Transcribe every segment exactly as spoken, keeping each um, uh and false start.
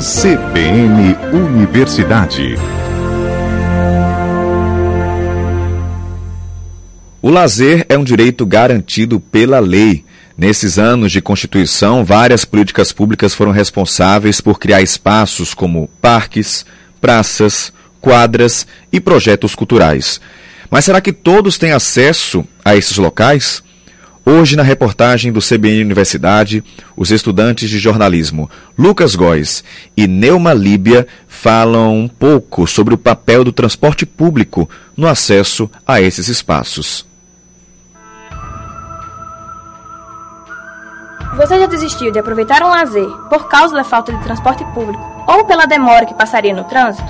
C B N Universidade. O lazer é um direito garantido pela lei. Nesses anos de Constituição, várias políticas públicas foram responsáveis por criar espaços como parques, praças, quadras e projetos culturais. Mas será que todos têm acesso a esses locais? Hoje, na reportagem do C B N Universidade, os estudantes de jornalismo Lucas Góes e Neuma Líbia falam um pouco sobre o papel do transporte público no acesso a esses espaços. Você já desistiu de aproveitar um lazer por causa da falta de transporte público ou pela demora que passaria no trânsito?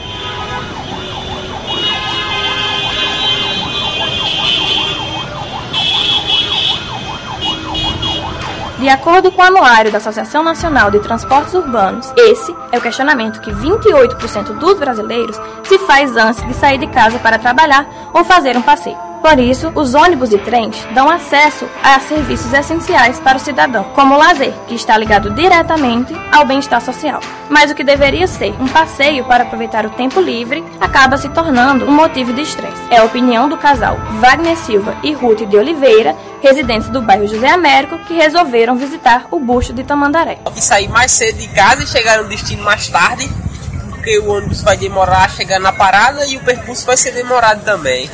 De acordo com o anuário da Associação Nacional de Transportes Urbanos, esse é o questionamento que vinte e oito por cento dos brasileiros se faz antes de sair de casa para trabalhar ou fazer um passeio. Por isso, os ônibus e trens dão acesso a serviços essenciais para o cidadão, como o lazer, que está ligado diretamente ao bem-estar social. Mas o que deveria ser um passeio para aproveitar o tempo livre acaba se tornando um motivo de estresse. É a opinião do casal Wagner Silva e Ruth de Oliveira, residentes do bairro José Américo, que resolveram visitar o busto de Tamandaré. E sair mais cedo de casa e chegar no destino mais tarde, porque o ônibus vai demorar a chegar na parada e o percurso vai ser demorado também.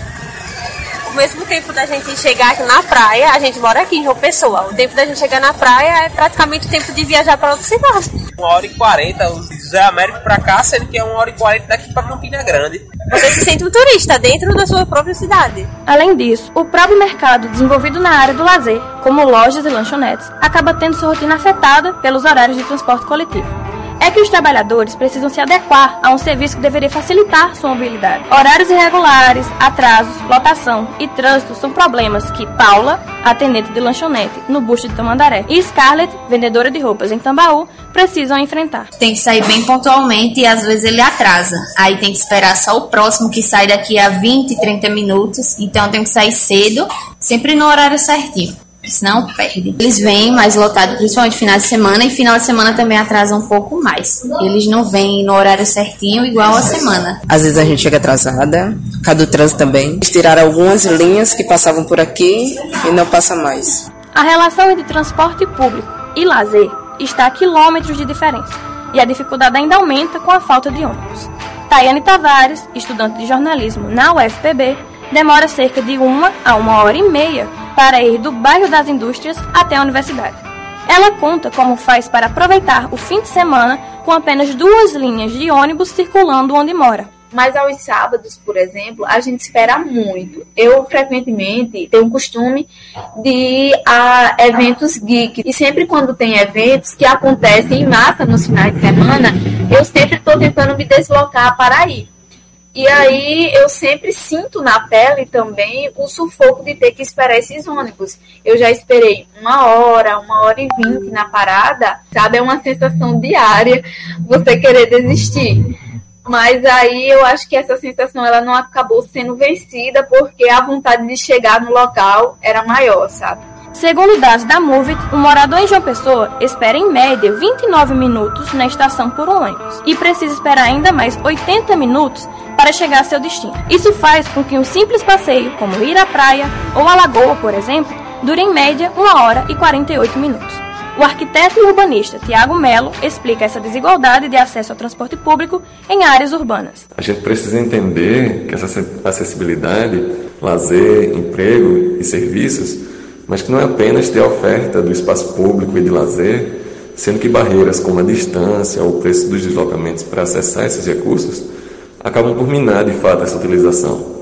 O mesmo tempo da gente chegar aqui na praia, a gente mora aqui em João Pessoa. O tempo da gente chegar na praia é praticamente o tempo de viajar para outra cidade. Uma hora e quarenta, o José Américo para cá, sendo que é uma hora e quarenta daqui para Campina Grande. Você se sente um turista dentro da sua própria cidade. Além disso, o próprio mercado desenvolvido na área do lazer, como lojas e lanchonetes, acaba tendo sua rotina afetada pelos horários de transporte coletivo. É que os trabalhadores precisam se adequar a um serviço que deveria facilitar sua mobilidade. Horários irregulares, atrasos, lotação e trânsito são problemas que Paula, atendente de lanchonete no busto de Tamandaré, e Scarlett, vendedora de roupas em Tambaú, precisam enfrentar. Tem que sair bem pontualmente e às vezes ele atrasa. Aí tem que esperar só o próximo que sai daqui a vinte, trinta minutos. Então tem que sair cedo, sempre no horário certinho. Senão perde. Eles vêm mais lotados, principalmente final de semana, e final de semana também atrasa um pouco mais. Eles não vêm no horário certinho, igual a semana. Às vezes a gente chega atrasada, por causa do trânsito também. Eles tiraram algumas linhas que passavam por aqui e não passa mais. A relação entre transporte público e lazer está a quilômetros de diferença, e a dificuldade ainda aumenta com a falta de ônibus. Tayane Tavares, estudante de jornalismo na U F P B, demora cerca de uma a uma hora e meia para ir do bairro das Indústrias até a universidade. Ela conta como faz para aproveitar o fim de semana com apenas duas linhas de ônibus circulando onde mora. Mas aos sábados, por exemplo, a gente espera muito. Eu, frequentemente, tenho o costume de ir a eventos geek. E sempre quando tem eventos que acontecem em massa nos finais de semana, eu sempre estou tentando me deslocar para ir. E aí eu sempre sinto na pele também o sufoco de ter que esperar esses ônibus. Eu já esperei uma hora, uma hora e vinte na parada, sabe? É uma sensação diária você querer desistir. Mas aí eu acho que essa sensação ela não acabou sendo vencida porque a vontade de chegar no local era maior, sabe? Segundo dados da Movit, um morador em João Pessoa espera em média vinte e nove minutos na estação por um ônibus e precisa esperar ainda mais oitenta minutos para chegar a seu destino. Isso faz com que um simples passeio, como ir à praia ou à lagoa, por exemplo, dure em média uma hora e quarenta e oito minutos. O arquiteto e urbanista Tiago Melo explica essa desigualdade de acesso ao transporte público em áreas urbanas. A gente precisa entender que essa acessibilidade, lazer, emprego e serviços, mas que não é apenas ter a oferta do espaço público e de lazer, sendo que barreiras como a distância ou o preço dos deslocamentos para acessar esses recursos acabam por minar de fato essa utilização.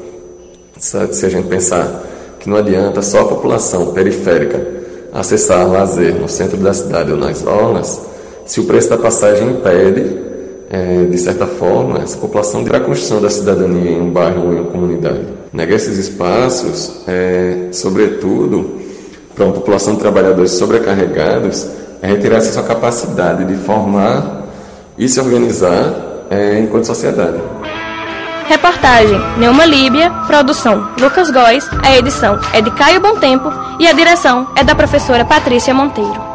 Se a gente pensar que não adianta só a população periférica acessar lazer no centro da cidade ou nas orlas, se o preço da passagem impede, é, de certa forma, essa população para a construção da cidadania em um bairro ou em uma comunidade. Negar esses espaços, é, sobretudo, para uma população de trabalhadores sobrecarregados, é retirar essa sua capacidade de formar e se organizar é, enquanto sociedade. Reportagem Neuma Líbia, produção Lucas Góes, a edição é de Caio Bom Tempo e a direção é da professora Patrícia Monteiro.